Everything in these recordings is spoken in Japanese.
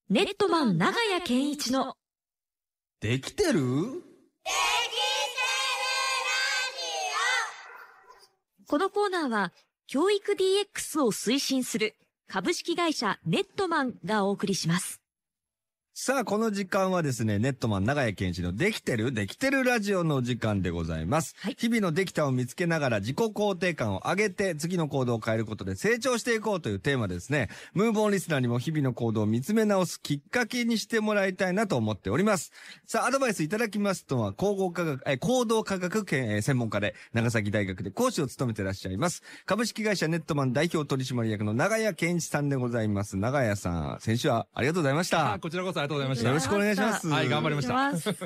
ネットマン長屋健一のできてる？ このコーナーは教育 DX を推進する株式会社ネットマンがお送りします。 さあ、この時間はですね、ネットマン長屋健一のできてるラジオの時間でございます。 はい、 日々のできたを見つけながら自己肯定感を上げて次の行動を変えることで成長していこうというテーマですね。ムーブオンリスナーにも日々の行動を見つめ直すきっかけにしてもらいたいなと思っております。さあ、アドバイスいただきますとは、行動科学専門家で長崎大学で講師を務めていらっしゃいます。株式会社ネットマン代表取締役の長屋健一さんでございます。長屋さん、先週はありがとうございました。 こちらこそありがとうございました。 よろしくお願いします。 はい、頑張りました。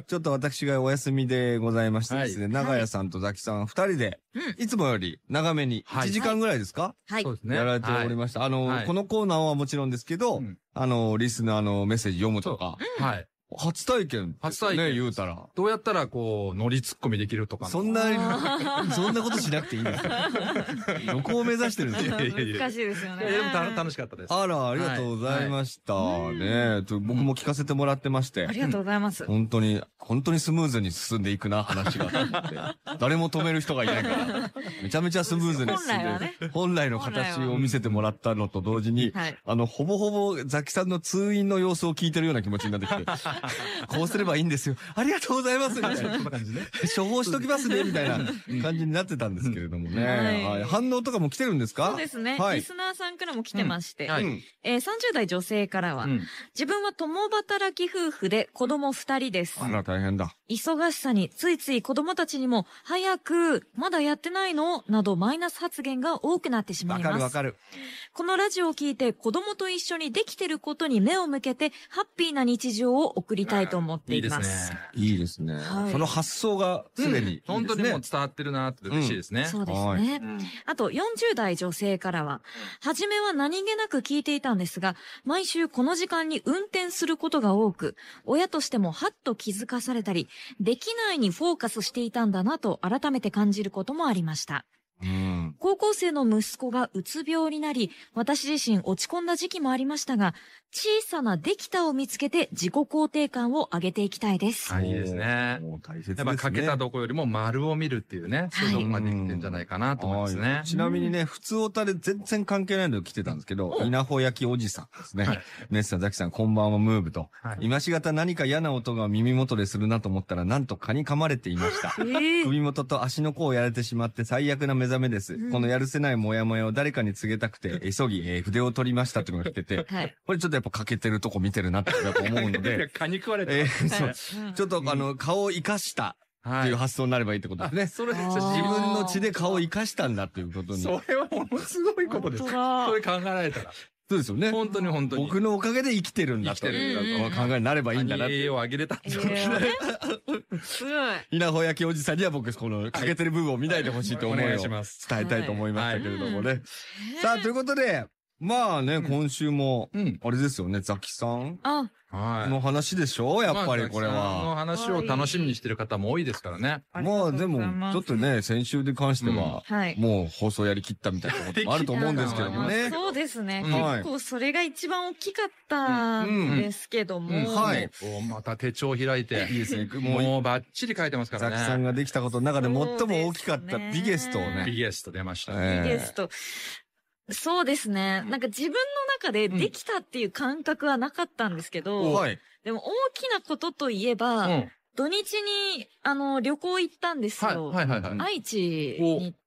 ちょっと私がお休みでございましてですね、長屋さんとザキさん二人で、いつもより長めに、1時間ぐらいですか？ はい。 そうですね。 やられておりました。このコーナーはもちろんですけど、リスナーのメッセージ読むとか、 はい。 初体験。ね、言うたら。 どうやったらこう、乗りツッコミできるとか。 そんなことしなくていいんですよ。どこを目指してるんですか？ 難しいですよね。 でも楽しかったです。 あら、ありがとうございました。ね、僕も聞かせてもらってまして。 ありがとうございます。 本当にスムーズに進んでいくな、話が。誰も止める人がいないから。めちゃめちゃスムーズに進んで、本来の形を見せてもらったのと同時に、ほぼほぼザキさんの通院の様子を聞いてるような気持ちになってきて。こうすればいいんですよ。ありがとうございます。みたいな。そんな感じね。処方しときますね。みたいな感じになってたんですけれどもね。反応とかも来てるんですか？ そうですね。リスナーさんからも来てまして。30代女性からは、自分は共働き夫婦で子供2人です。 あら、大変だ。 忙しさについつい子供たちにも、早く、まだやってないのなどマイナス発言が多くなってしまいます。 わかる。 このラジオを聞いて子供と一緒にできてることに目を向けて、ハッピーな日常を送りたいと思っています。 いいですね。その発想がすでに。 本当にもう伝わってるなって嬉しいですね。 そうですね。あと、40代女性からは、初めは何気なく聞いていたんですが、毎週この時間に運転することが多く、親としてもハッと気づかされたり、できないにフォーカスしていたんだなと改めて感じることもありました。高校生の息子がうつ病になり、私自身落ち込んだ時期もありましたが、小さなできたを見つけて自己肯定感を上げていきたいです。 いいですね。 大切ですね。 やっぱかけたどこよりも丸を見るっていうね、そういうのができてんじゃないかなと思いますね。 ちなみにね、普通オタで全然関係ないの来てたんですけど、稲穂焼きおじさんですね。ネッサンザキさんこんばんはムーブと。今しがた何か嫌な音が耳元でするなと思ったら、なんと蚊に噛まれていました。首元と足の甲をやられてしまって最悪な目覚めです。このやるせないモヤモヤを誰かに告げたくて、急ぎ、筆を取りましたっていうのが来てて、これちょっとやっぱ欠けてるとこ見てるなってやっぱ思うので、 蚊に食われてちょっと顔を生かしたっていう発想になればいいってことですね。 それ自分の血で顔を生かしたんだっていうことに。 それはものすごいことです。それ考えられたら。 そうですよね。 本当に。僕のおかげで生きてるんだという考えになればいいんだなって。 栄養をあげれたんですね。 すごい。 稲穂焼きおじさんには僕、この欠けてる部分を見ないでほしいと思いを伝えたいと思いましたけれどもね。さあ、ということで、まあね、今週も、あれですよね、ザキさんの話でしょやっぱりこれは。 この話を楽しみにしてる方も多いですからね。 まあでも、ちょっとね、先週に関しては、もう放送やりきったみたいなこともあると思うんですけどもね。 そうですね。結構それが一番大きかったんですけども。 また手帳を開いて。 いいですね。 もうバッチリ書いてますからね。 ザキさんができたことの中で最も大きかったビゲストをね。 ビゲスト出ました。 ビゲスト。そうですね。なんか自分の中でできたっていう感覚はなかったんですけど、でも大きなことといえば、土日に旅行行ったんですよ。愛知に行って、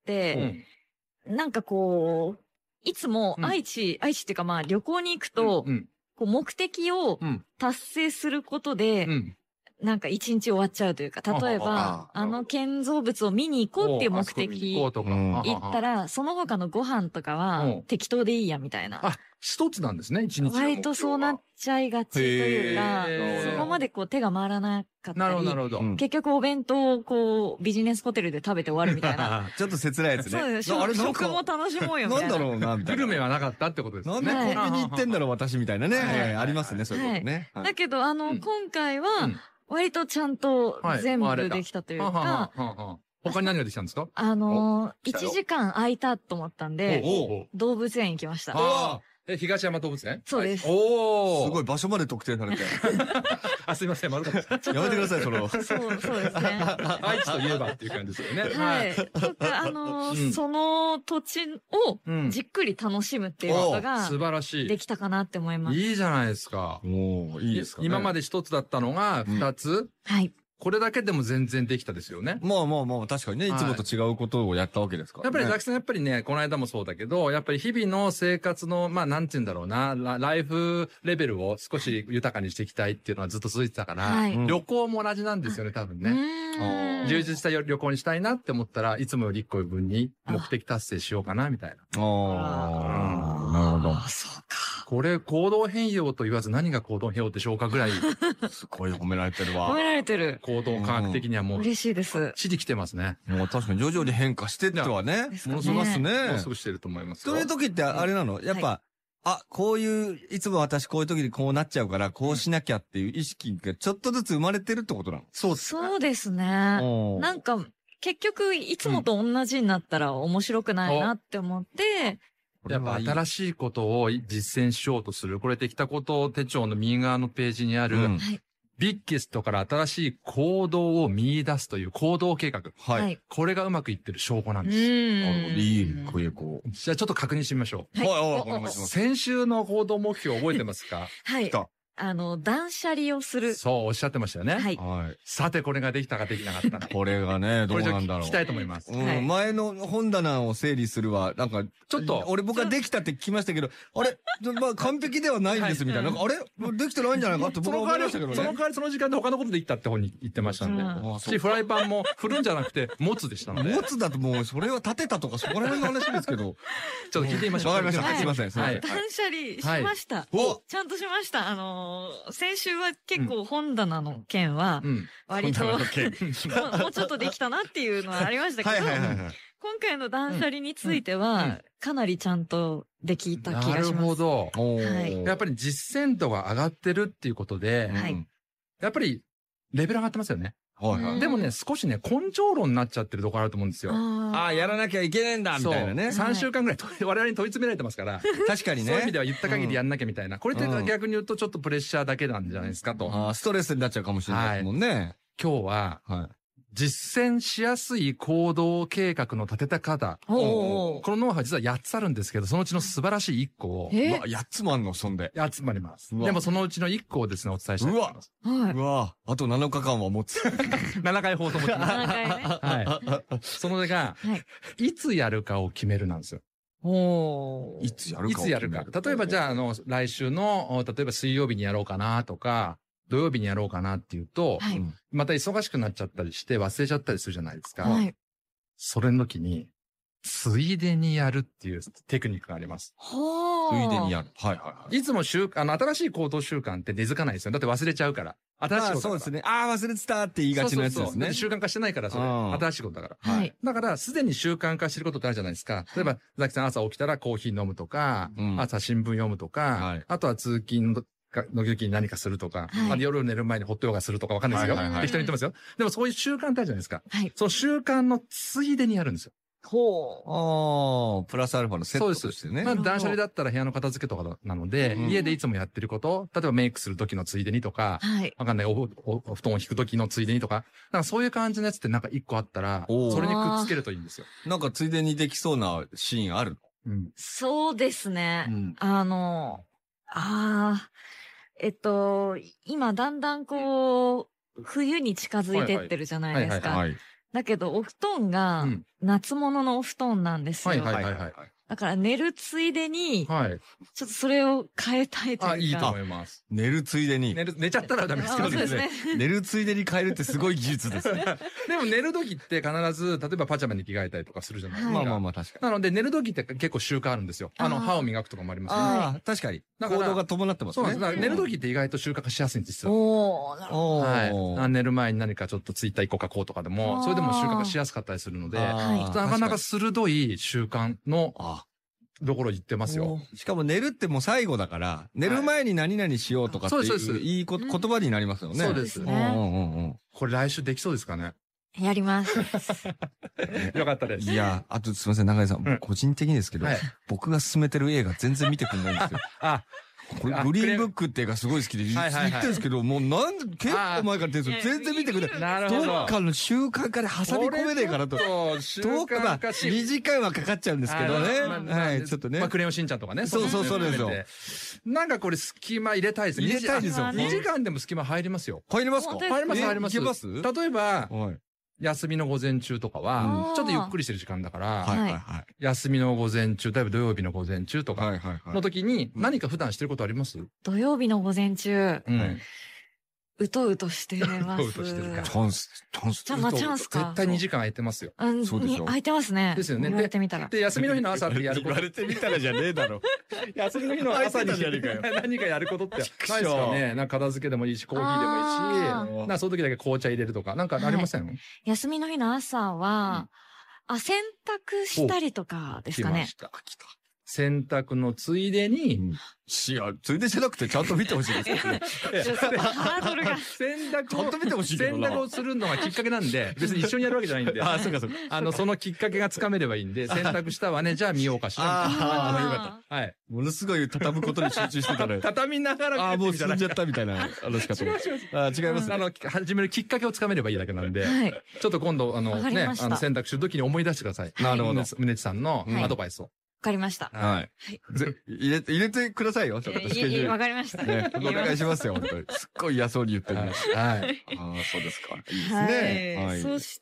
なんかこう、いつも愛知っていうかまあ旅行に行くと、こう目的を達成することで、なんか一日終わっちゃうというか、例えば、建造物を見に行こうっていう目的行ったら、その他のご飯とかは適当でいいやみたいな。 一つなんですね、一日。 割とそうなっちゃいがちというか、そこまでこう手が回らなかったり。 なるほど。 結局お弁当をこう、ビジネスホテルで食べて終わるみたいな。 ちょっと切ないやつね。 そうです。食も楽しもうよみたいな。 なんだろうな、みたいな。 グルメはなかったってことですね。 なんでコンビニ行ってんだろう、私みたいなね。ありますね、そういうことね。 だけど、今回は、割とちゃんと全部できたというか、 他に何ができたんですか？ 1時間空いたと思ったんで、動物園行きました。 東山動物園？ そうです。 おー。すごい場所まで特定されて。 あ、すいません、丸かった。 やめてください、その。 そうですね。 愛知といえばっていう感じですよね。 はい。その土地をじっくり楽しむっていうことが、 素晴らしい。 できたかなって思います。 いいじゃないですか。 いいですかね。 今まで一つだったのが二つ。 はい。 これだけでも全然できたですよね。 まあ、確かにね、いつもと違うことをやったわけですからね。 やっぱりザキさんやっぱりね、この間もそうだけど、やっぱり日々の生活の、まあなんて言うんだろうな、ライフレベルを少し豊かにしていきたいっていうのはずっと続いてたから、旅行も同じなんですよね、多分ね。充実した旅行にしたいなって思ったらいつもより1個分に目的達成しようかな、みたいな。 なるほど。 そうか。 これ、行動変容と言わず何が行動変容ってしょうかぐらい。 すごい褒められてるわ。 褒められてる。 行動科学的にはもう。 嬉しいです。 地理来てますね。 もう確かに徐々に変化してってはね。ものすごいますね。 ものすごくしてると思います。 そういう時ってあれなのやっぱ、こういう、いつも私こういう時にこうなっちゃうから、こうしなきゃっていう意識がちょっとずつ生まれてるってことなの？ そうですね。なんか、結局、いつもと同じになったら面白くないなって思って、 やっぱ新しいことを実践しようとする。これできたこと手帳の右側のページにある、ビッゲストから新しい行動を見出すという行動計画。 はい。 これがうまくいってる証拠なんです。 いい、こういう。 じゃあちょっと確認してみましょう。 はい。 先週の行動目標覚えてますか？ はい。断捨離をする。 そう、おっしゃってましたよね。 はい。 さて、これができたかできなかったか。 これがね、どうなんだろう。 聞きたいと思います。 前の本棚を整理するは、なんか、ちょっと、僕はできたって聞きましたけど、あれまあ、完璧ではないんですみたいな。あれできてないんじゃないかって僕は思いましたけどね。 その代わりその時間で他のことできたって本に言ってましたんで。フライパンも振るんじゃなくて、持つでしたので。 持つだともう、それは立てたとか、そこら辺の話ですけど。 ちょっと聞いてみましょう。 わかりました。すいません。 断捨離しました。ちゃんとしました。先週は結構本棚の件は、割と、もうちょっとできたなっていうのはありましたけど、今回の断捨離については、かなりちゃんとできた気がします。 なるほど。 はい。 やっぱり実践度が上がってるっていうことで、やっぱりレベル上がってますよね。でもね、少しね、根性論になっちゃってるところあると思うんですよ。 やらなきゃいけないんだ、みたいなね。 3週間ぐらい我々に問い詰められてますから。 確かにね。 そういう意味では言った限りやんなきゃみたいな。これって逆に言うとちょっとプレッシャーだけなんじゃないですかと。 ストレスになっちゃうかもしれないですもんね。 今日は、実践しやすい行動計画の立てた方。このノウハウ実は8つあるんですけど、そのうちの素晴らしい1個を。 8つもあんの、そんで。 8つもあります。でもそのうちの1個をですね、お伝えしたいと思います。 うわ。あと7日間は持つ。 7回放送持ちます。 7回ね。 はい。そのが、いつやるかを決めるなんですよ。 いつやるか。 いつやるか。例えばじゃあ、来週の、例えば水曜日にやろうかなとか、土曜日にやろうかなっていうと、また忙しくなっちゃったりして忘れちゃったりするじゃないですか。それの時に、ついでにやるっていうテクニックがあります。 ついでにやる。 いつも新しい行動習慣って根付かないですよ。だって忘れちゃうから。新しいこと。 そうですね。忘れてたって言いがちなやつですね。 習慣化してないから、それ。新しいことだから。だから、すでに習慣化してることってあるじゃないですか。例えば、ザキさん朝起きたらコーヒー飲むとか、朝新聞読むとか、あとは通勤の時に何かするとか、夜寝る前にホットヨガするとかわかんないですよ。適当に言ってますよ。でもそういう習慣ってあるじゃないですか。その習慣のついでにやるんですよ。 プラスアルファのセットとしてね。 断捨離だったら部屋の片付けとかなので、家でいつもやってること、例えばメイクする時のついでにとか、わかんない、お布団を引く時のついでにとか、なんかそういう感じのやつってなんか一個あったら、それにくっつけるといいんですよ。 なんかついでにできそうなシーンあるの？ そうですね。今だんだん冬に近づいてってるじゃないですか。だけど、お布団が夏物のお布団なんですよ。だから寝るついでに、ちょっとそれを変えたいというか。 いいと思います。 寝るついでに。 寝ちゃったらダメですけどね。 寝るついでに変えるってすごい技術ですね。 でも寝る時って必ず、例えばパジャマに着替えたりとかするじゃないですか。 まあ確かに。 なので寝る時って結構習慣あるんですよ。歯を磨くとかもありますね。確かに。行動が伴ってますね。 そうです。寝る時って意外と習慣化しやすいんですよ。 なるほど。寝る前に何かちょっとツイッター1個書こうとかでも、それでも習慣化しやすかったりするので、なかなか鋭い習慣の、どころ言ってますよ。 しかも寝るってもう最後だから、寝る前に何々しようとかっていういい言葉になりますよね。 そうです。これ来週できそうですかね？ やります。 よかったです。 いや、あとすみません、永井さん。個人的にですけど、僕が勧めてる映画全然見てくんないんですよ。これ、グリーンブックって映画すごい好きで言ってるんですけど、もう結構前から言ってるんですよ。全然見てくれない。 なるほど。 どっかの習慣化で挟み込めねえかなと。どっか、まあ、2時間はかかっちゃうんですけどね。はい、ちょっとね。 まあ、クレヨンしんちゃんとかね。 そうですよ。 なんかこれ隙間入れたいですね。 入れたいですよ。 2時間でも隙間入りますよ。 入りますか？ 入ります、入ります。 いけます？ 例えば、休みの午前中とかは、ちょっとゆっくりしてる時間だから、休みの午前中、例えば土曜日の午前中とかの時に何か普段してることあります？ 土曜日の午前中。うとうとしてます。うとうとしてるか。チャンスか。 絶対2時間空いてますよ。 そうですよ。空いてますね。 ですよね。 言われてみたら。 で、休みの日の朝ってやること。 言われてみたらじゃねえだろ。 休みの日の朝に何かやることってないですかね。なんか片付けでもいいし、コーヒーでもいいし、その時だけ紅茶入れるとか、なんかありません？ 休みの日の朝は、洗濯したりとかですかね。 来た。洗濯のついでに、 ついでじゃなくてちゃんと見てほしいですね。 ハードルが。 洗濯ちゃんと見てほしいけどな。 洗濯をするのがきっかけなんで、別に一緒にやるわけじゃないんで。 そうか。 そのきっかけがつかめればいいんで、洗濯したわね、じゃあ見ようかしら。よかった。はい。 ものすごい畳むことに集中してたら。 畳みながら。 もう進んじゃったみたいな話かと思って。違います。 始めるきっかけをつかめればいいだけなんで、ちょっと今度、洗濯するときに思い出してください。 なるほど。 宗地さんのアドバイスを。 わかりました。 はい。入れてくださいよ。ちょっとスケジュール。 わかりました。 お願いしますよ、本当に。すっごい嫌そうに言ってる。はい。そうですか。いいですね。 はい。そして、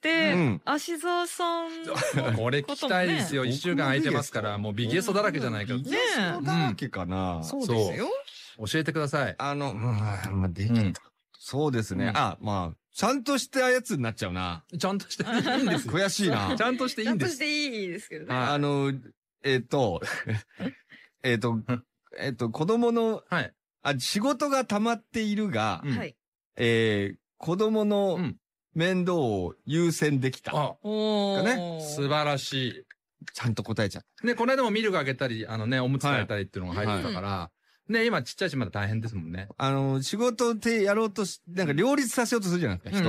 芦沢さん。 これ聞きたいですよ。1週間空いてますから、もうビゲストだらけじゃないか。 ビゲストだらけかな。 そうですよ。 教えてください。 できた。そうですね。ちゃんとしたやつになっちゃうな。 ちゃんとしていいんです。 悔しいな。 ちゃんとしていいんです。 ちゃんとしていいですけどね。 子供の、仕事が溜まっているが、子供の面倒を優先できた。 ね。素晴らしい。 ちゃんと答えちゃった。 ね、この間もミルクあげたり、おむつ替えたりっていうのが入ってたから、ね、今ちっちゃいしまだ大変ですもんね。 仕事でやろうとなんか両立させようとするじゃないですか、人って。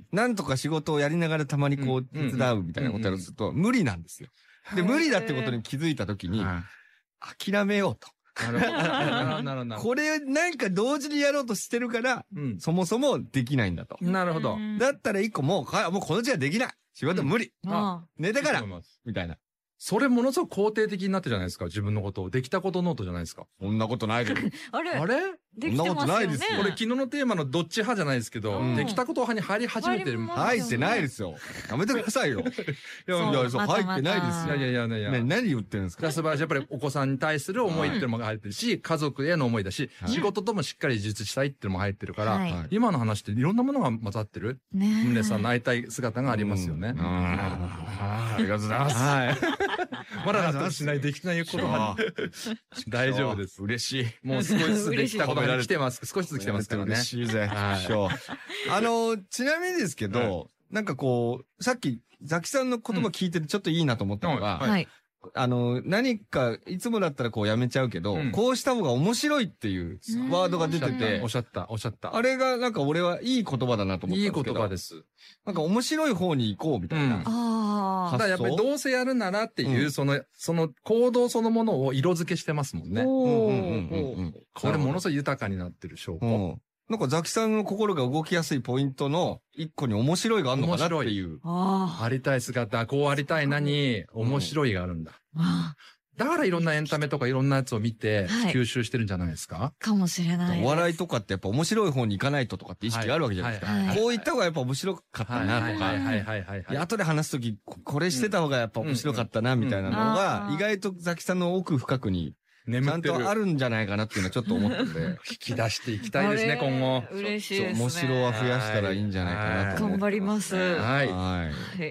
なんとか仕事をやりながらたまにこう手伝うみたいなことやろうとすると、無理なんですよ。で、無理だってことに気づいたときに、諦めようと。 なるほど。 これなんか同時にやろうとしてるから、そもそもできないんだと。 なるほど。 だったら一個もうこの時はできない。仕事無理。寝てから。みたいな。 それものすごく肯定的になってるじゃないですか、自分のことを。できたことノートじゃないですか。 そんなことないです。 あれそんなことないですよ。 これ昨日のテーマのどっち派じゃないですけど、できたこと派に入り始めてる。 入ってないですよ。やめてくださいよ。いや、入ってないですよ。 いや。 何言ってるんですか？ 素晴らしい。やっぱりお子さんに対する思いっていうのも入ってるし、家族への思いだし、仕事ともしっかり自立したいっていうのも入ってるから、今の話っていろんなものが混ざってる。宗さんの会いたい姿がありますよね。 ありがとうございます。 はい。まだ納得しない、できないことが大丈夫です。 嬉しい。 もう少しずつできたことが来てます。少しずつ来てますからね。 嬉しいぜ。ちなみにですけど、なんかこう、さっき、ザキさんの言葉聞いててちょっといいなと思ったのが、何か、いつもだったらこうやめちゃうけど、こうした方が面白いっていうワードが出てて、 おっしゃった。 あれがなんか俺はいい言葉だなと思ったんですけど。 いい言葉です。 なんか面白い方に行こうみたいな。 だからやっぱりどうせやるならっていう、その行動そのものを色付けしてますもんね。これものすごい豊かになってる証拠。 なんかザキさんの心が動きやすいポイントの一個に面白いがあるのかなっていう。 ありたい姿、こうありたいなに面白いがあるんだ。だからいろんなエンタメとかいろんなやつを見て吸収してるんじゃないですか？ かもしれない。 お笑いとかってやっぱ面白い方に行かないととかって意識があるわけじゃないですか。こういった方がやっぱ面白かったなとか、後で話すときこれしてた方がやっぱ面白かったなみたいなのが意外とザキさんの奥深くにちゃんとあるんじゃないかなっていうのはちょっと思ってて。 引き出していきたいですね、今後。 嬉しいですね。 面白は増やしたらいいんじゃないかなと思って。 頑張ります。 はい。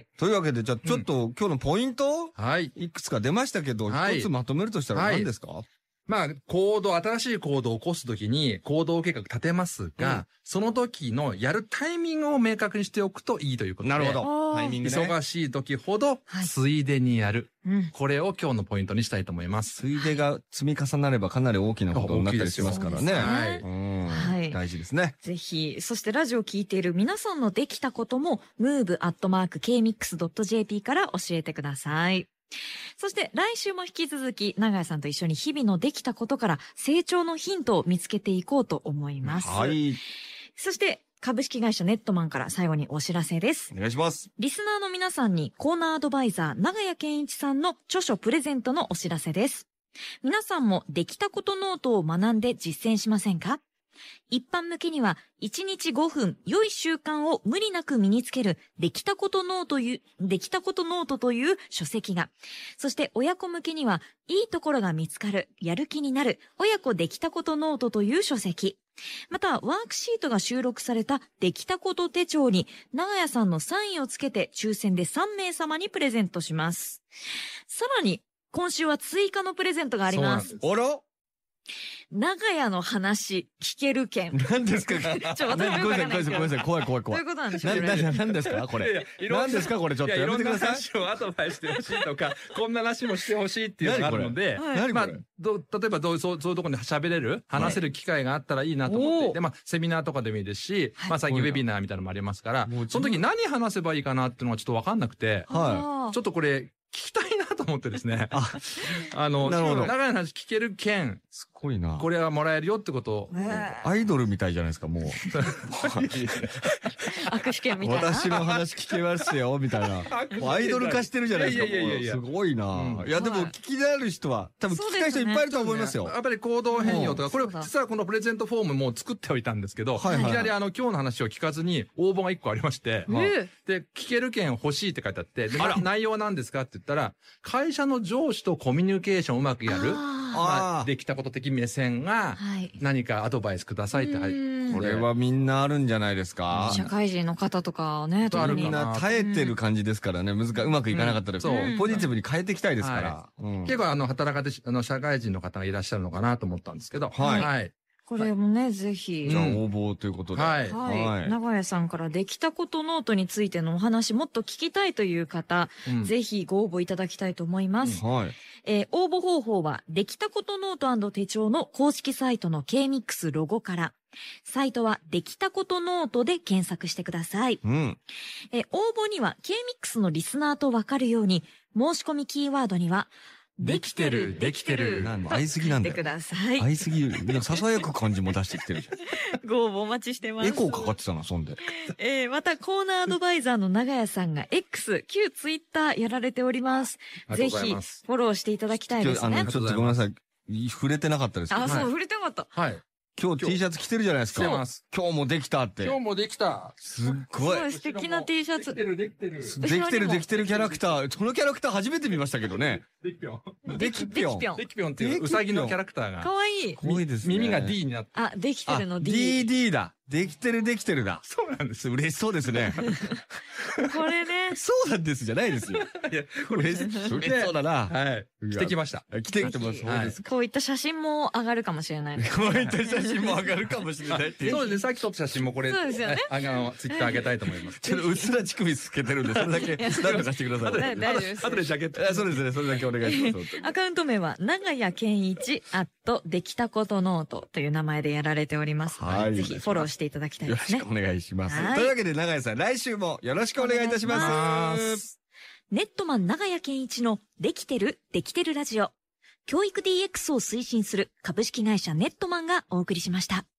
というわけで、じゃあちょっと今日のポイントいくつか出ましたけど、一つまとめるとしたら何ですか？ まあ、新しい行動を起こすときに行動計画立てますが、その時のやるタイミングを明確にしておくといいということで。 なるほど。タイミングね。 忙しい時ほど、ついでにやる。これを今日のポイントにしたいと思います。 ついでが積み重なればかなり大きなことになったりしますからね。はい。大事ですね。 ぜひ、そしてラジオを聞いている皆さんのできたことも、move@kmix.jp から教えてください。そして来週も引き続き長谷さんと一緒に日々のできたことから成長のヒントを見つけていこうと思います。はい。そして株式会社ネットマンから最後にお知らせです。 お願いします。 リスナーの皆さんにコーナーアドバイザー長谷健一さんの著書プレゼントのお知らせです。皆さんもできたことノートを学んで実践しませんか？一般向けには1日5分良い習慣を無理なく身につけるできたことノートという書籍が、そして親子向けにはいいところが見つかる、やる気になる親子できたことノートという書籍、またワークシートが収録されたできたこと手帳に長谷さんのサインをつけて抽選で3名様にプレゼントします。さらに今週は追加のプレゼントがあります。 あら？ 長屋の話聞ける券。 何ですか？ ごめんなさい。 怖い。どういうことなんでしょう？ 何ですかこれ。何ですかこれ、ちょっとやめてください。 いろんな話をアドバイスしてほしいとか、こんな話もしてほしいっていうのがあるので、まあ、例えばそういうところで喋れる、話せる機会があったらいいなと思って、で、まあ、セミナーとかでもいいですし、まあ、最近ウェビナーみたいなのもありますから、その時何話せばいいかなっていうのがちょっとわかんなくて、ちょっとこれ、聞きたいなと思ってですね。なるほど。長い話聞ける券。 すごいな。 これはもらえるよってことを。 アイドルみたいじゃないですか、もう。 握手券みたいな。 私の話聞けますよ、みたいな。アイドル化してるじゃないですか。すごいな。いや、でも聞きなる人は、多分聞きたい人いっぱいいると思いますよ。 やっぱり行動変容とか、これ実はこのプレゼントフォームも作っておいたんですけど、いきなり今日の話を聞かずに応募が1個ありまして、で、聞ける券欲しいって書いてあって、内容は何ですかって言ったら、会社の上司とコミュニケーションをうまくやる。できたこと的目線が、何かアドバイスくださいって入って。 これはみんなあるんじゃないですか？ 社会人の方とかね、 みんな耐えてる感じですからね、うまくいかなかったら、ポジティブに変えていきたいですから。 結構社会人の方がいらっしゃるのかなと思ったんですけど。はい。 これもね、ぜひ。 じゃあ応募ということで。 はい。長谷さんからできたことノートについてのお話もっと聞きたいという方、ぜひご応募いただきたいと思います。応募方法は、できたことノート&手帳の公式サイトの K-MIX ロゴから、サイトはできたことノートで検索してください。応募には K-MIX のリスナーとわかるように、申し込みキーワードには、できてる。 合いすぎなんだよ。 ください。 合いすぎる。ささやく感じも出してきてるじゃん。ご応募お待ちしてます。 エコーかかってたな、そんで。 またコーナーアドバイザーの長谷さんが X、旧ツイッターやられております。ぜひ、フォローしていただきたいですね。 ちょっとごめんなさい。触れてなかったですけど。 そう、触れてなかった。 はい。 今日 T シャツ着てるじゃないですか。 着てます。 今日もできたって。 今日もできた。 すっごい。 素敵な T シャツ。 できてるキャラクター。そのキャラクター初めて見ましたけどね。 できぴょん。 できぴょんっていううさぎのキャラクターが。 かわいい。 かわいいですね。 耳が D になって。 できてるの D。 DD だ。できてるだ。 そうなんです。 嬉しそうですね。 これね。 そうなんですじゃないですよ。いや、嬉しそうだな。 はい。着てきました。 着てきてます。そうですこういった写真も上がるかもしれない。 こういった写真も上がるかもしれないっていう。 そうですね。さっき撮った写真もこれ。 そうですよね。 ツイッター上げたいと思います。 ちょっとうっすら乳首つけてるんで、それだけ、なんとかしてください。 大丈夫です。 後でジャケット。 そうですね。それだけお願いします。 アカウント名は、長谷健一できたことノートという名前でやられております。ぜひフォローしていただきたいですね。 よろしくお願いします。というわけで、長谷さん、来週もよろしくお願いいたします。 ネットマン長谷健一のできてるラジオ。教育 DX を推進する株式会社ネットマンがお送りしました。